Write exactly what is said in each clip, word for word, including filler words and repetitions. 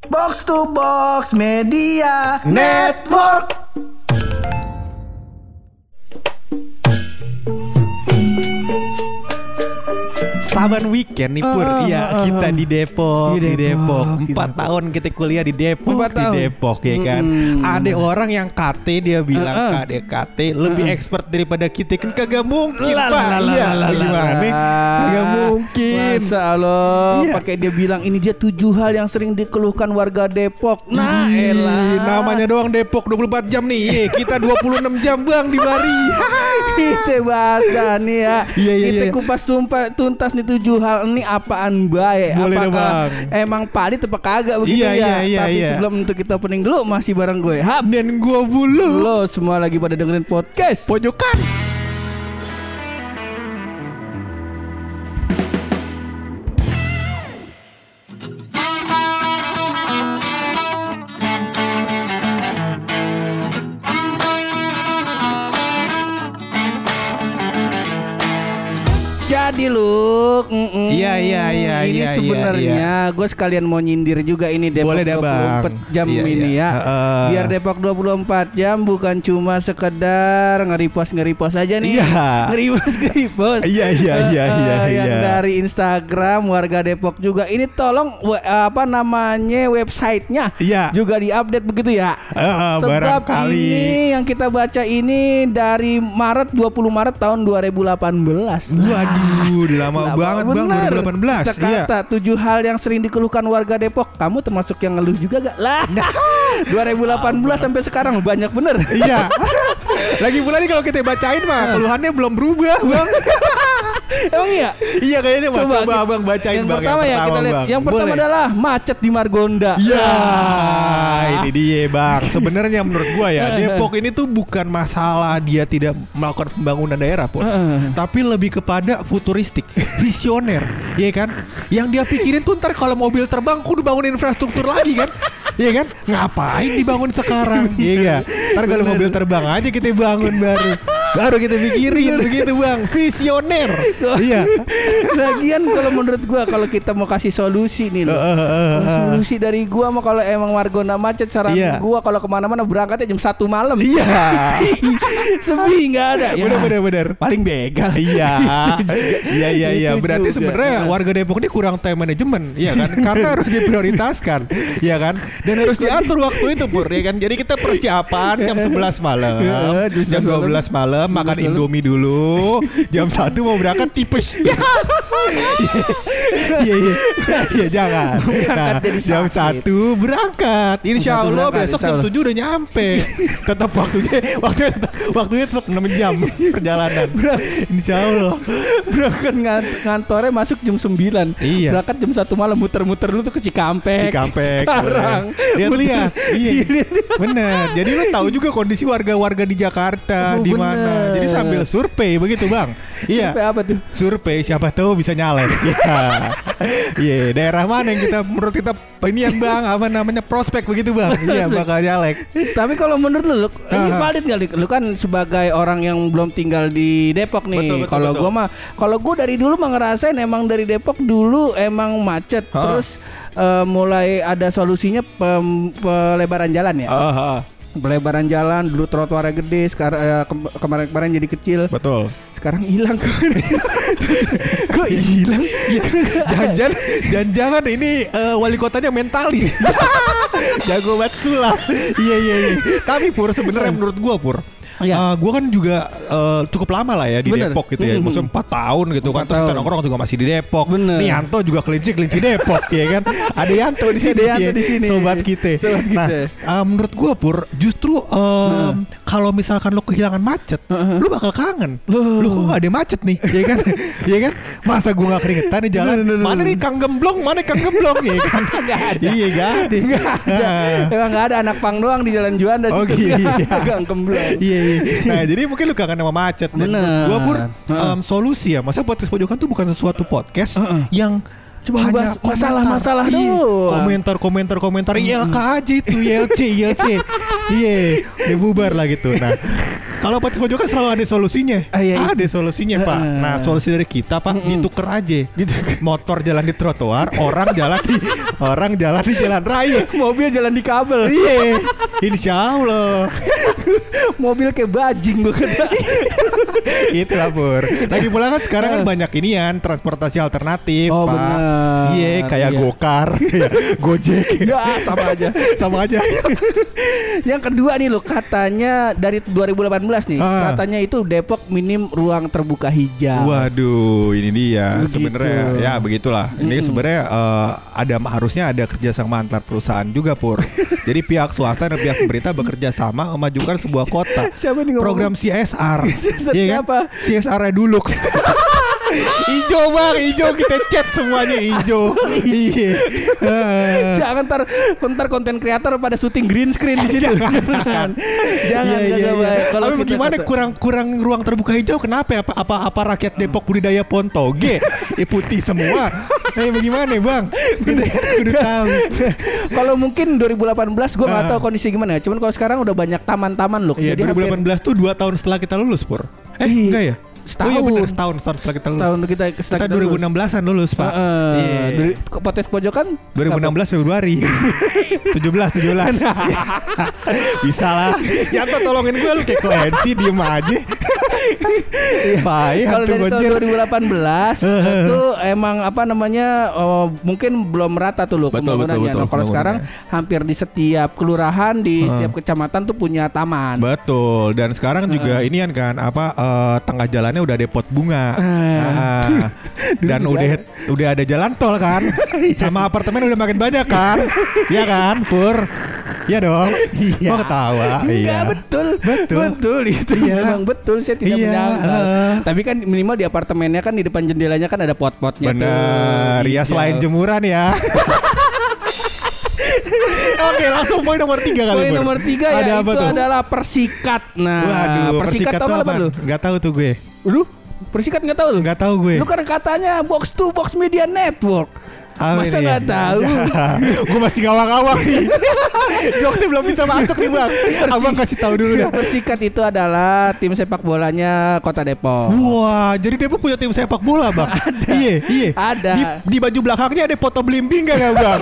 Box to Box Media Network. Saban weekend nih Pur, uh, iya uh, uh, kita di Depok, di di Depok. Depok, Empat di tahun kita kuliah di Depok, Empat di tahun. Depok ya kan. Mm-mm. Ada orang yang K T dia bilang Uh, uh. K D K T lebih Uh, uh. expert daripada kita kan kagak mungkin Lah, Pak. lah, lah, Iya, lah, lah, gimana? lah. Kagak mungkin. Masa Allah Iya. pakai dia bilang ini dia tujuh hal yang sering dikeluhkan warga Depok. Nah, Ih, elah. namanya doang Depok dua puluh empat jam nih. Ye, kita dua puluh enam jam Bang di Bari. Kita bahas nih ya. Iya, iya, Kita iya. kupas tumpa, tuntas nih tujuh hal ini apaan baik. Boleh deh, Apakah Bang. emang padi apa kagak begitu Iya, ya. iya, iya, Tapi iya. sebelum untuk kita opening dulu masih bareng gue Hap. Dan gua bulu Lo semua lagi pada dengerin podcast pojokan. Jadi lu mm-mm. Iya, iya, iya, Ini iya, sebenarnya gue sekalian mau nyindir juga ini Depok Boleh dah, dua puluh empat Bang. jam Iya, ini iya. ya. Heeh. Biar Depok dua puluh empat jam bukan cuma sekedar nge-repost nge-repost aja nih. Iya. Nge-repost nge-repost. Iya, iya, iya, Eh, iya, eh, Yang iya. dari Instagram warga Depok juga. Ini tolong we- apa namanya websitenya Iya. juga diupdate begitu ya. Heeh, Sebab barangkali. ini yang kita baca ini dari Maret dua puluh Maret tahun dua ribu delapan belas. Waduh, udah lama, Lama banget Bang, bener. dua ribu delapan belas. Kita kata tujuh hal yang sering dikeluhkan warga Depok. Kamu termasuk yang ngeluh juga gak? Lah dua ribu delapan belas sampai sekarang banyak bener. Iya. Lagi pula nih kalau kita bacain mah keluhannya belum berubah, Bang. Emang iya? Iya kayaknya Bang. Coba, kita- Abang bacain yang Bang pertama yang ya pertama, kita lihat. Bang. Yang pertama Boleh. adalah macet di Margonda. Ya, Ah. ini dia Bang. Sebenarnya menurut gua ya, Depok ini tuh bukan masalah dia tidak melakukan pembangunan daerah pun, Heeh. tapi lebih kepada futuristik, visioner, iya kan? Yang dia pikirin tuh ntar kalau mobil terbang kudu bangun infrastruktur lagi kan? Iya kan? Ngapain dibangun sekarang? Iya gak? Ntar kalau mobil terbang aja kita bangun baru. Baru kita pikirin begitu Bang. Visioner. Iya. Lagian kalau menurut gua kalau kita mau kasih solusi nih loh. Solusi dari gua mah kalau emang Margonda macet saran Iya. gua kalau kemana-mana berangkatnya jam satu malam. Iya. Sepi nggak ada. Ya, Bener bener bener. paling begal. Iya, iya, iya, iya. Itu Berarti juga. sebenarnya warga Depok ini kurang time management, ya kan? Karena harus diprioritaskan, ya kan? Dan harus diatur waktu itu, Pur, ya kan? Jadi kita persiapan jam sebelas malam, Ya, jam jam dua belas malam makan malam. Indomie dulu, jam satu mau berangkat tipes. Iya, iya, iya, jangan. Nah, Berangkat jadi jam sakit. satu berangkat. Insya Satu Allah berangkat, besok insya jam Allah. tujuh udah nyampe. Tetap waktunya, waktunya, tetap, waktunya tetap enam jam perjalanan. Insya Allah. Berangkat ngan- ngantornya masuk jam sembilan. Iya. Berangkat jam satu malam muter-muter dulu tuh ke Cikampek. Cikampek. Sekarang. Lihat-lihat. Iya. Lihat. Bener. Jadi lu tahu juga kondisi warga-warga di Jakarta Oh, di bener. mana. Jadi sambil survei begitu, Bang. Iya. Sampai apa tuh? Survei siapa tahu bisa nyalek. Iya. Iya, daerah mana yang kita menurut kita ini yang Bang apa namanya prospek begitu, Bang. Iya, bakal nyalek. Tapi kalau menurut lu, lu ini Aha. valid nggak? Lu? Lu kan sebagai orang yang belum tinggal di Depok Betul, nih. betul, Kalau betul. gua mah, kalau gua dari dulu mah ngerasain emang dari Depok dulu emang macet. Ha. Terus eh, mulai ada solusinya pem- pelebaran jalan ya. Ah, ah, Pelebaran jalan dulu trotoarnya gede, sekarang eh, kem- kemarin-kemarin jadi kecil. betul. Sekarang hilang. Kok hilang? Jangan-jangan jangan-jangan ini eh, wali kotanya mentalis. Jago banget sulap. Iya iya iya. Tapi Pur sebenarnya menurut gua Pur, Iya. eh, gua kan juga eh, cukup lama lah ya di Bener. Depok gitu ya. Mhm. Maksudnya empat tahun gitu kan. Empat Terus kita tahun. nongkrong juga masih di Depok. Bener. Nih Yanto juga kelinci-kelinci Depok ya kan. Ada Yanto di sini. Ada Yanto ya. di sini. Sobat kita. Sobat Nah, kita. eh, menurut gua Pur, justru em, kalau misalkan lo kehilangan macet, Heeh. lu bakal kangen. Loh. Lu kok gak ada macet nih, ya kan? Ya kan? Masa gua gak keringetan di jalan? Bener, bener, Mana bener. nih Kang Gemblong? Mana Kang Gemblong? Ya kan? Gak ada. Iya gak ada. Ah. Emang nggak ada anak pang doang di Jalan Juanda. Oh situ. iya. Gang Kemblong. Iya, iya. Nah jadi mungkin lu kangen sama macet. Dan Bener. menurut gua Pur, Heeh. em, solusi ya. Masa podcast pojokan tuh bukan sesuatu podcast Heeh. yang Cuma hanya bahas komentar. masalah-masalah Iya, doang. Komentar, komentar, komentar. I L K aja itu, I L C, I L C. Iya, udah bubar lah gitu. Nah, Kalau Potes Pojokan selalu ada solusinya. Ah, iya, ada solusinya, Pak. Nah, solusi dari kita, Pak, Mm-mm. dituker aja. Motor jalan di trotoar, orang jalan di orang jalan di jalan raya. Mobil jalan di kabel. Iya, insya Allah. Mobil kayak bajing gue kata. Itulah Pur. Lagi pula kan sekarang kan banyak inian transportasi alternatif, Oh, Pak. benar. Iya, kayak Iya. Gokar, kayak Gojek. Ya sama aja. Sama aja. Yang kedua nih lo, katanya dari dua ribu delapan belas nih, Ah. katanya itu Depok minim ruang terbuka hijau. Waduh, ini dia Begitu. sebenarnya ya begitulah. Ini Mm-mm. sebenarnya eh, ada harusnya ada kerjasama antar perusahaan juga Pur. Jadi pihak swasta dan pihak pemerintah bekerja sama memajukan sebuah kota. Siapa nih ngomong? Program C S R. C S R Iya apa? C S R-nya dulu. Ijo bang, ijo kita chat semuanya ijo. Iya. Eh. Jangan ntar, ntar konten kreator pada syuting green screen di situ. Jangan, jangan, Iya, iya, jangan, iya. baik. Kalau Tapi kita bagaimana kata- kurang kurang ruang terbuka hijau? Kenapa ya? Apa apa, apa rakyat Depok budidaya Pontoge eh, putih semua? Eh bagaimana bang? Kita kan udah tahu. Kalau mungkin dua ribu delapan belas gue nggak Ah. tahu kondisi gimana ya. Cuman kalau sekarang udah banyak taman-taman loh. Iya, dua ribu delapan belas tuh dua tahun setelah kita lulus, Pur. Eh, Ih, enggak ya? setahun. Oh iya benar, setahun, setahun setelah kita lulus. tahun kita Kita dua ribu enam belasan lulus, Pak. Uh, Iya. Dari Potes Pojokan dua ribu enam belas Februari. tujuh belas, tujuh belas. Bisa lah. Yanto tolongin gue lu kayak Clancy diem aja. Baik, Kalau hantu dari tahun gojir. dua ribu delapan belas itu emang apa namanya oh, mungkin belum merata tuh loh Betul, pembangunannya. betul, betul, Nah, kalau sekarang hampir di setiap kelurahan, di setiap kecamatan tuh punya taman. Betul, dan sekarang juga ini kan apa eh, tengah jalannya udah ada pot bunga. Ah, dan juga udah udah ada jalan tol kan. Sama apartemen udah makin banyak kan. Iya kan, Pur? Iya dong. Iya. Mau ketawa. Enggak, Iya. betul, Betul. betul itu Iya. memang betul. Saya tidak Iya, menyangka. eh. Tapi kan minimal di apartemennya kan di depan jendelanya kan ada pot-potnya. Bener. tuh, Ya hijau. selain jemuran ya. Oke, langsung poin nomor tiga kali. Poin Pur. nomor tiga ada ya apa itu tuh? adalah persikat. Nah, Waduh, persikat tau tuh apa apa? lu? Gak tahu tuh gue. Lu persikat nggak tahu lu? Gak tahu gue. Lu kan katanya box to box media network. Apa Masa ini ya? nggak tahu? Gue masih ngawang-ngawang nih. Jokesnya belum bisa masuk nih bang. Abang kasih tahu dulu ya. Persikat itu adalah tim sepak bolanya Kota Depok. Wah, jadi Depok punya tim sepak bola bang? Ada. Iya, iya. Ada. Di, di baju belakangnya ada foto blimbing gak bang?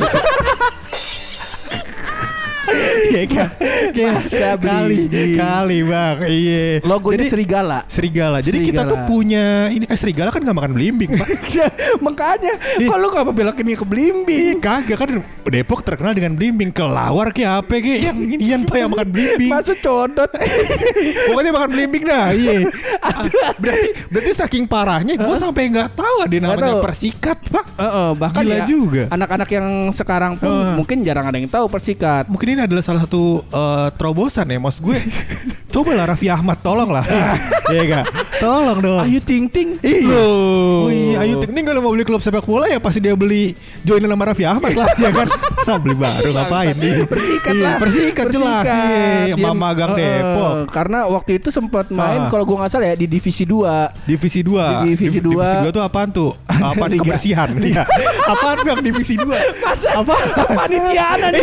Iya kan? Masa Kali, blimbing. kali bang. Iya. Logonya Jadi- serigala. Serigala. Jadi kita Serigala. tuh punya ini. Eh serigala kan gak makan blimbing pak. Makanya, Ih. kok lu gak belokin ke belimbing? Ih, kagak kan Depok terkenal dengan blimbing. Kelawar kayak apa kayak yang inian pak yang makan blimbing. Masa codot? Pokoknya makan blimbing dah. Iya. Ah, berarti berarti saking parahnya gue sampai nggak tahu ada namanya tahu. persikat pak. Heeh, bahkan Gila ya juga. anak-anak yang sekarang pun Ah. mungkin jarang ada yang tahu persikat. Mungkin ini adalah salah satu eh, terobosan ya maksud gue. Coba lah Raffi Ahmad tolong lah. Iya gak? Tolong dong. Ayu Ting Ting. Iya. Loh. Oh iya, Ayu Ting Ting kalau mau beli klub sepak bola ya pasti dia beli joinan sama Raffi Ahmad lah, ya kan? Saya beli baru ngapain nih? Persikat Iya, lah. Persikat jelas. Iya, Dia- Mama Gang eh, Depok. Karena waktu itu sempat main Ah. kalau gua nggak salah ya di divisi dua. Divisi dua. Di divisi dua. Divisi dua tuh apaan tuh? Apa Liga. kebersihan? Iya. Apaan Bang divisi dua? Apa? Panitiaan nih.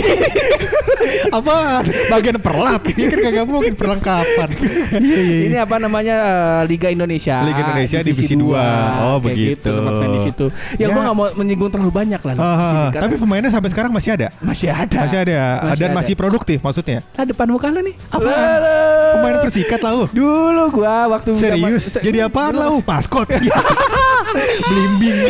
Apa? Bagian perlap. Ini kan kagak mungkin perlengkapan. Iya, iya, Ini iya. apa namanya eh, Liga Indonesia. Liga Indonesia Divisi dua. Oh, Kayak begitu. Gitu, tempat main di situ. Ya, Ya. gua nggak mau menyinggung terlalu banyak lah. Ah, di sini, ah, karena tapi pemainnya sampai sekarang masih ada. masih ada. Masih ada. Masih Dan ada. masih produktif maksudnya. Lah depan muka lu nih. Apa? Halo. Pemain Persikat lah lu. Dulu gua waktu Serius? zaman- Jadi apaan Dulu- lah lu? Paskot. Blimbing.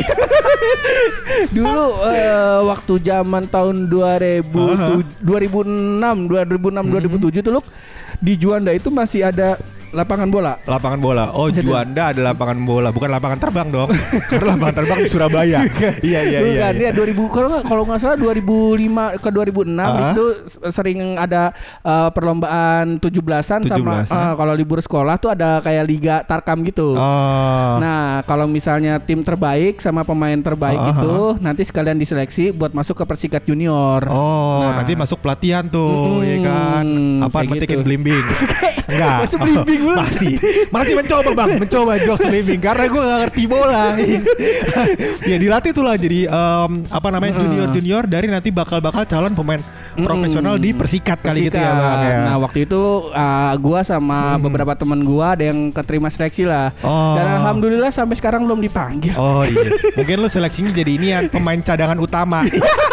Dulu eh, waktu zaman tahun dua ribu Aha. dua ribu enam dua ribu enam dua ribu tujuh tuh Luk, di Juanda itu masih ada lapangan bola. Lapangan bola. Oh, Masih ada. Juanda ada lapangan bola, bukan lapangan terbang dong. Karena lapangan terbang di Surabaya. Iya, iya, iya. Bukan, iya. dia dua ribu kalau nggak kalau nggak salah dua ribu lima ke dua ribu enam Ah. itu sering ada eh, perlombaan tujuh belasan sama tujuh belasan. eh, kalau libur sekolah tuh ada kayak liga tarkam gitu. Oh. Nah, kalau misalnya tim terbaik sama pemain terbaik Ah, itu nanti sekalian diseleksi buat masuk ke Persikat Junior. Oh, Nah. nanti masuk pelatihan tuh, Mm-mm, ya kan? Apa kayak metikin gitu. blimbing? Enggak. Masih blimbing mulu. Masih. Masih mencoba, Bang. Mencoba jokes blimbing karena gue gak ngerti bola. Ya dilatih tuh lah jadi em, apa namanya Mm-mm. junior-junior dari nanti bakal-bakal calon pemain profesional di Persikat kali gitu ya Bang ya. Nah waktu itu uh, gua sama hmm. beberapa teman gua ada yang keterima seleksi lah. Oh. Dan alhamdulillah sampai sekarang belum dipanggil. Oh iya. Mungkin lu seleksinya jadi ini ya, pemain cadangan utama.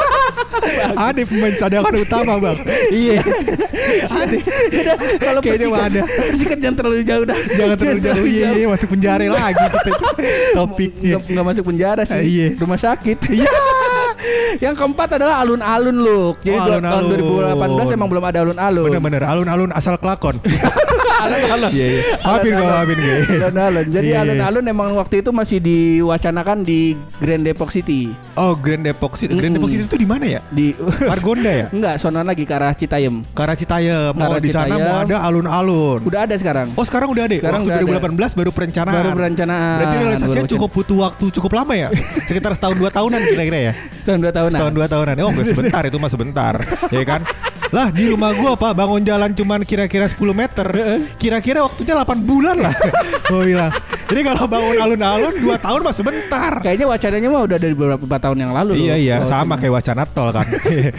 Ada pemain cadangan utama Bang. Iya. Ada. Kalau Persikat, Persikat jangan terlalu jauh dah. Jangan terlalu jauh. Iya, iya, masuk penjara lagi gitu. Topiknya. Enggak masuk penjara sih. Uh, iya. Rumah sakit. Iya. Yang keempat adalah alun-alun Luk. Jadi oh, alun-alun. Tahun dua ribu delapan belas emang belum ada alun-alun. Bener-bener alun-alun asal kelakon. Alun-alun. Iya, iya. Maafin gue, maafin gue. Alun-alun. Jadi yeah. alun-alun emang waktu itu masih diwacanakan di Grand Depok City. Oh, Grand Depok City. Grand Depok City itu di mana ya? Di Margonda ya? Enggak, sono lagi ke arah Citayam. Ke arah Citayam. Mau di sana mau ada alun-alun. Udah ada sekarang. Oh, sekarang udah ada. Sekarang waktu dua ribu delapan belas ada. Baru perencanaan. Baru perencanaan. Berarti realisasinya cukup butuh waktu cukup lama ya? Sekitar setahun dua tahunan kira-kira ya? Setahun dua tahunan. Setahun dua tahunan. Oh, enggak sebentar itu mah sebentar. Ya kan? Lah di rumah gua Pak bangun jalan cuman kira-kira sepuluh meter. Kira-kira waktunya delapan bulan lah. Oh bilang. Jadi kalau bangun alun-alun dua tahun mah sebentar. Kayaknya wacananya mah udah dari beberapa tahun yang lalu. Iya iya oh, sama kayak wacana tol kan.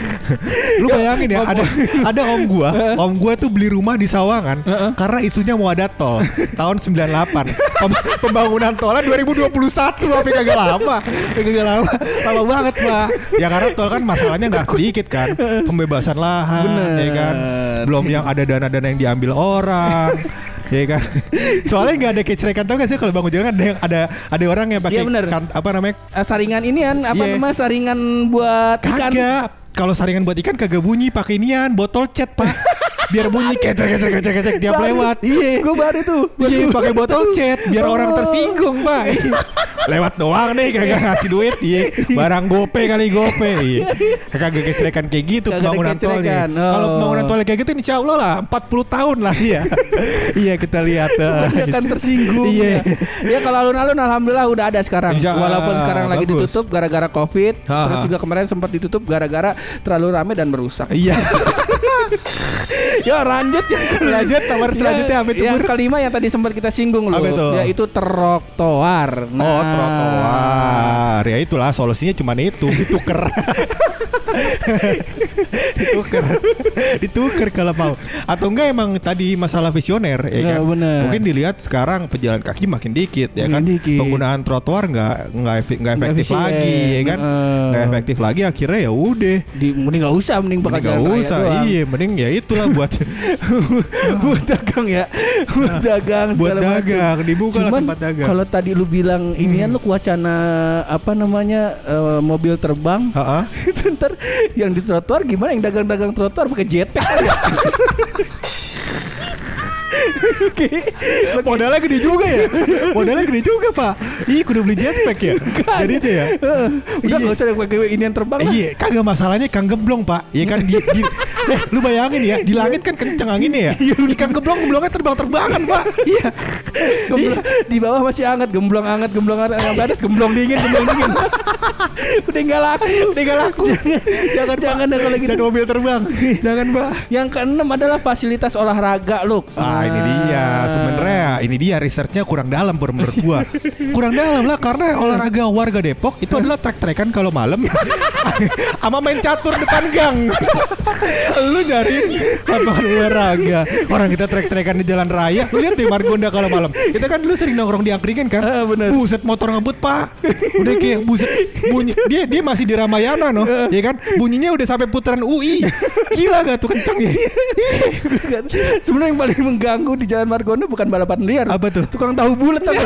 Lu bayangin ya ada ada om gua, om gua tuh beli rumah di Sawangan karena isunya mau ada tol tahun sembilan puluh delapan. Pembangunan tolnya dua ribu dua puluh satu tapi kagak lama. Kagak lama. Lama banget, Pak. Ya karena tol kan masalahnya enggak sedikit kan. Pembebasan lahan, bener. Ya kan. Belum yang ada dana-dana yang diambil orang. Ya kan. Soalnya nggak ada kecerikan, tau gak sih kalau bangun jalan ada yang ada ada orang yang pakai ya, kan, apa namanya uh, saringan ini kan apa yeah. namanya saringan buat ikan. Kagak. Kalau saringan buat ikan kagak bunyi, pakai inian botol cat Pak. Biar bunyi kecek kecek kecek kecek tiap lewat. Iya. Gue baru tuh. Iya pakai botol cat biar oh. orang tersinggung Pak. Lewat doang nih kagak ngasih duit. Iya. Barang gope kali gope. Iya. Kagak kecerikan kayak gitu pembangunan tolnya. Oh. Kalau pembangunan tolnya kayak gitu insya Allah lah empat puluh tahun lah ya. Iya kita lihat. Kan tersinggung. Iya. Ya kalau alun-alun alhamdulillah udah ada sekarang. Insya, Walaupun sekarang lagi bagus. Ditutup gara-gara Covid. Ha-ha. Terus juga kemarin sempat ditutup gara-gara terlalu ramai dan merusak. Iya. Yo lanjut ya. Lanjut nomor selanjutnya apa itu? Yang kelima yang tadi sempat kita singgung loh. Yaitu trotoar. Nah. Oh trotoar. Ya itulah solusinya cuma itu. Dituker. Dituker. Dituker kalau mau. Atau enggak emang tadi masalah visioner ya kan. Bener. Mungkin dilihat sekarang pejalan kaki makin dikit ya kan. Dikit. Penggunaan trotoar enggak enggak enggak efektif efisien. Lagi ya kan. Enggak uh. efektif lagi akhirnya ya udah. Mending enggak usah mending pakai jalan raya usah. Iya mending ya itulah buat buat dagang ya. Buat dagang buat dagang macam. Dibuka lah tempat dagang. Kalau tadi lu bilang hmm. inian lu wacana apa namanya uh, mobil terbang. Heeh. Itu ntar yang di trotoar gimana yang dagang-dagang trotoar pakai jetpack ya? Oke. Okay. Modalnya gede juga ya. Modalnya gede juga Pak. Ih kudu beli jetpack ya. Jadi aja ya. Udah enggak usah pakai ini yang terbang. Iya, kagak masalahnya Kang Gemblong Pak. Iya kan di, di eh lu bayangin ya, di langit kan kenceng anginnya ya. Ikan gemblong gemblongnya terbang-terbangan Pak. Iya. Di bawah masih hangat, gemblong hangat, gemblong hangat, yang atas gemblong dingin, gemblong dingin. Udah enggak laku, udah enggak laku. Jangan jangan kalau gitu. Jangan mobil terbang. Jangan Pak. Yang keenam adalah fasilitas olahraga, Luk. Ah, ini dia. Sebenarnya ini dia researchnya kurang dalam menurut gua. Kurang dalam lah karena olahraga warga Depok itu adalah trek-trekan kalau malam sama main catur depan gang. Lu nyari lapangan olahraga. Orang kita trek-trekan di jalan raya. Lu lihat di Margonda kalau malam. Kita kan dulu sering nongkrong di angkringan kan. Uh, buset motor ngebut Pak. Udah kayak buset bunyi. Dia dia masih di Ramayana no. Uh. Ya kan? Bunyinya udah sampai putaran U I. Gila gak tuh kenceng ya. Sebenarnya yang paling mengganggu di Jalan Margonda bukan balapan liar. Apa tuh? Tukang tahu bulat apa?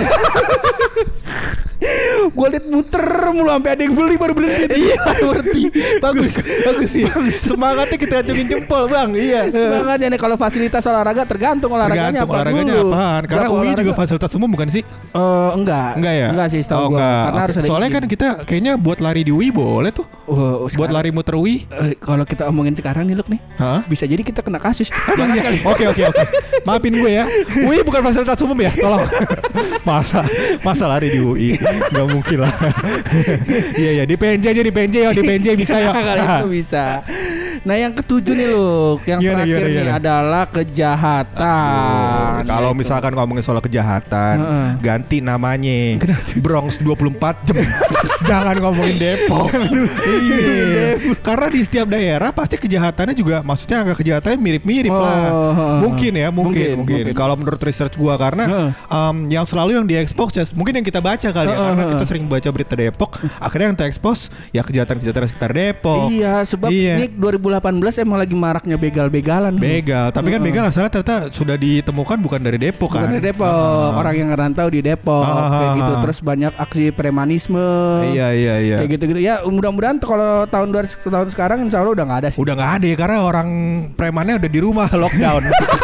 Gue liat muter mulu sampai ada yang beli baru berhenti. Iya berhenti. Bagus, bagus sih. Semangatnya kita acungin jempol bang. Iya. Semangatnya nih kalau fasilitas olahraga tergantung olahraganya tergantung apa olahraganya dulu. Apaan? Karena U I juga fasilitas umum bukan sih? Uh, enggak. Enggak ya? Enggak sih setahu oh, gue. Karena okay. harus ada soalnya izin. Kan kita kayaknya buat lari di U I boleh tuh. Uh, buat lari muter U I. Uh, kalau kita omongin sekarang nih Luk nih. Hah? Bisa jadi kita kena kasus. Oke oke oke. Maafin gue ya. U I bukan fasilitas umum ya. Tolong. Masa masa lari di U I? Gak mungkin lah. Iya ya di P N J aja di P N J ya di P N J bisa ya. Kali itu bisa. Nah yang ketujuh nih Luk, yang gimana, terakhir gimana, nih gimana? Adalah kejahatan. Kalau gitu. Misalkan ngomongin soal kejahatan, uh-uh. ganti namanya Bronx dua puluh empat jam. Jangan ngomongin Depok. Iya. Karena di setiap daerah pasti kejahatannya juga, maksudnya angka kejahatannya mirip-mirip oh, lah. Mungkin ya, mungkin, mungkin. mungkin. Kalau menurut research gua karena um, yang selalu yang diekspos ya, mungkin yang kita baca kali ya, karena kita sering baca berita Depok, akhirnya yang terekspos ya kejahatan-kejahatan sekitar Depok. Iya, sebab iya. Ini dua ribu delapan belas emang lagi maraknya begal-begalan. Begal, tapi kan begal asalnya ternyata sudah ditemukan bukan dari Depok kan. Bukan dari Depok, uh-huh. orang yang ngerantau di Depok uh-huh. kayak gitu. Terus banyak aksi premanisme. Iya iya iya. Kayak gitu-gitu. Ya mudah-mudahan kalau tahun dua tahun sekarang insya Allah udah nggak ada sih. Udah nggak ada ya karena orang premannya udah di rumah lockdown.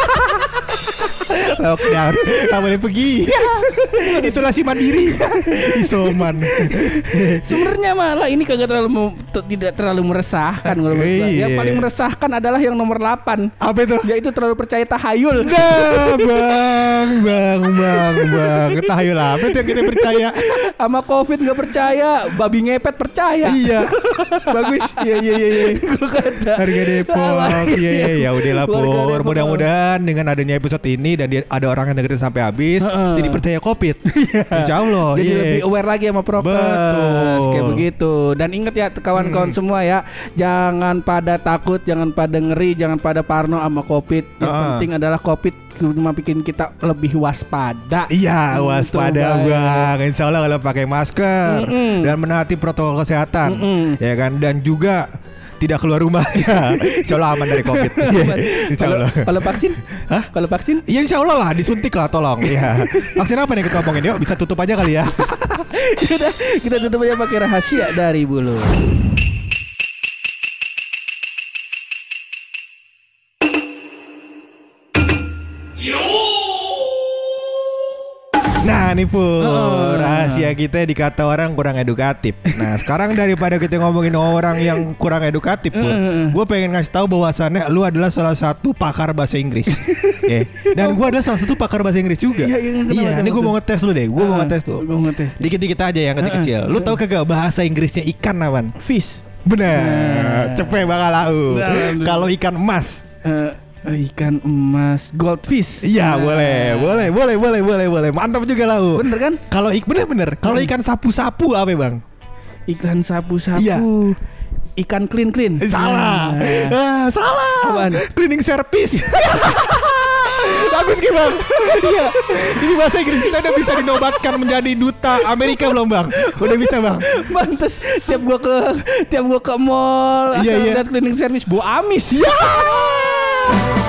Lockdown, nggak boleh pergi. Isolasi mandiri, isoman. Sebenarnya malah ini kagak terlalu t- tidak terlalu meresahkan kalau menurut gue. Yang paling meresahkan adalah yang nomor delapan. Apa itu? Yaitu terlalu percaya tahayul. Nah, bang, bang, bang, bang. Tahayul apa itu yang kita percaya? Sama Covid nggak percaya, babi ngepet percaya. Iya, bagus. Iya iya iya. iya. Harga Depok. Iya iya ya udahlah Pur. Mudah-mudahan dengan adanya episode ini dan dia, ada orang yang dengerin sampai habis, uh-uh. jadi percaya Covid. Insya Allah. Jadi yeah. lebih aware lagi sama prokes kayak begitu. Dan ingat ya kawan-kawan hmm. semua ya, jangan pada takut, jangan pada ngeri, jangan pada parno sama Covid. Yang uh-uh. penting adalah Covid cuma bikin kita lebih waspada. Iya, waspada bang. Insya Allah kalau pakai masker mm-mm. dan menaati protokol kesehatan, mm-mm. ya kan, dan juga tidak keluar rumah ya. Insya Allah aman dari Covid. Insya Allah. Kalau vaksin? Hah? Kalau vaksin? Ya insya Allah lah, disuntik lah tolong. Ya. Vaksin apa nih kita ngomongin? Yuk bisa tutup aja kali ya. Sudah, kita tutup aja pakai rahasia dari bulu. Nah nih Pur, oh, rahasia kita dikata orang kurang edukatif. Nah sekarang daripada kita ngomongin orang yang kurang edukatif Pur, gue pengen ngasih tahu bahwasannya lu adalah salah satu pakar bahasa Inggris. Okay. Dan gue adalah salah satu pakar bahasa Inggris juga. Iya, iya, iya ini gue mau ngetes lu deh. Gue uh, mau ngetes tuh. Gue ngetes. Dikit-dikit aja yang kecil-kecil. Lu tahu kagak bahasa Inggrisnya ikan apaan? Fish. Bener. Nah. Cepet bakal lau. Nah, kalau ikan emas. Uh, Ikan emas, goldfish. Iya, nah. boleh, boleh, boleh, boleh, boleh, boleh. Mantap juga lau. Bener kan? Kalau ik bener bener. Kalau ikan sapu-sapu apa bang? Ikan sapu-sapu. Iya. Ikan clean clean. Salah. Nah. Ah, salah. Apaan? Cleaning service. Bagus gimana? Iya. Ini bahasa Inggris kita udah bisa dinobatkan menjadi duta Amerika belum bang? Udah bisa bang. Mantes. Tiap gua ke tiap gua ke mall, iya, asal iya. lihat cleaning service, bau amis. Ya.